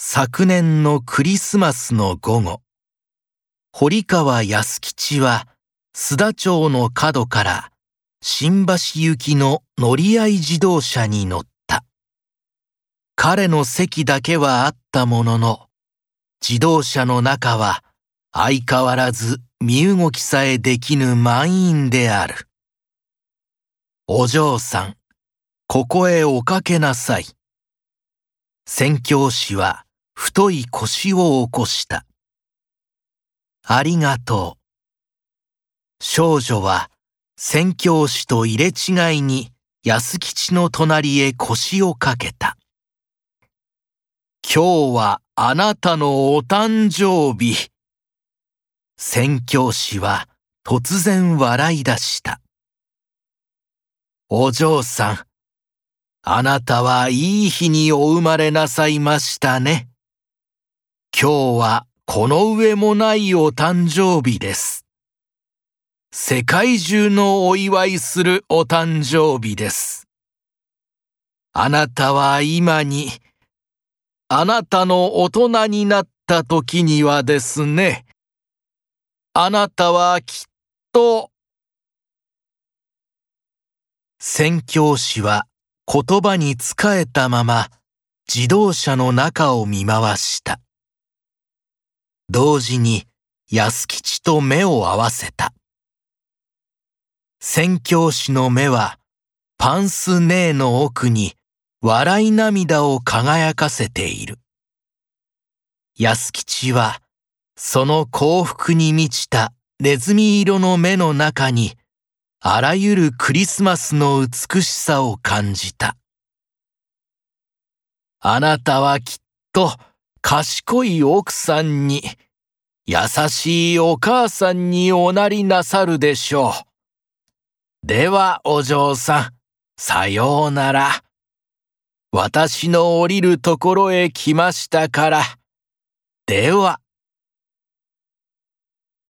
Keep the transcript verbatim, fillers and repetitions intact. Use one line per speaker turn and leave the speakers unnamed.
昨年のクリスマスの午後、堀川安吉は須田町の角から新橋行きの乗り合い自動車に乗った。彼の席だけはあったものの、自動車の中は相変わらず身動きさえできぬ満員である。お嬢さん、ここへおかけなさい。宣教師は太い腰を起こした。ありがとう。少女は宣教師と入れ違いに安吉の隣へ腰をかけた。今日はあなたのお誕生日。宣教師は突然笑い出した。お嬢さん、あなたはいい日にお生まれなさいましたね。今日はこの上もないお誕生日です。世界中のお祝いするお誕生日です。あなたは今に、あなたの大人になった時にはですね、あなたはきっと、宣教師は言葉につかえたまま自動車の中を見回した。同時に安吉と目を合わせた。宣教師の目はパンスネーの奥に笑い涙を輝かせている。安吉はその幸福に満ちたネズミ色の目の中にあらゆるクリスマスの美しさを感じた。あなたはきっと賢い奥さんに、優しいお母さんにおなりなさるでしょう。ではお嬢さん、さようなら。私の降りるところへ来ましたから。では。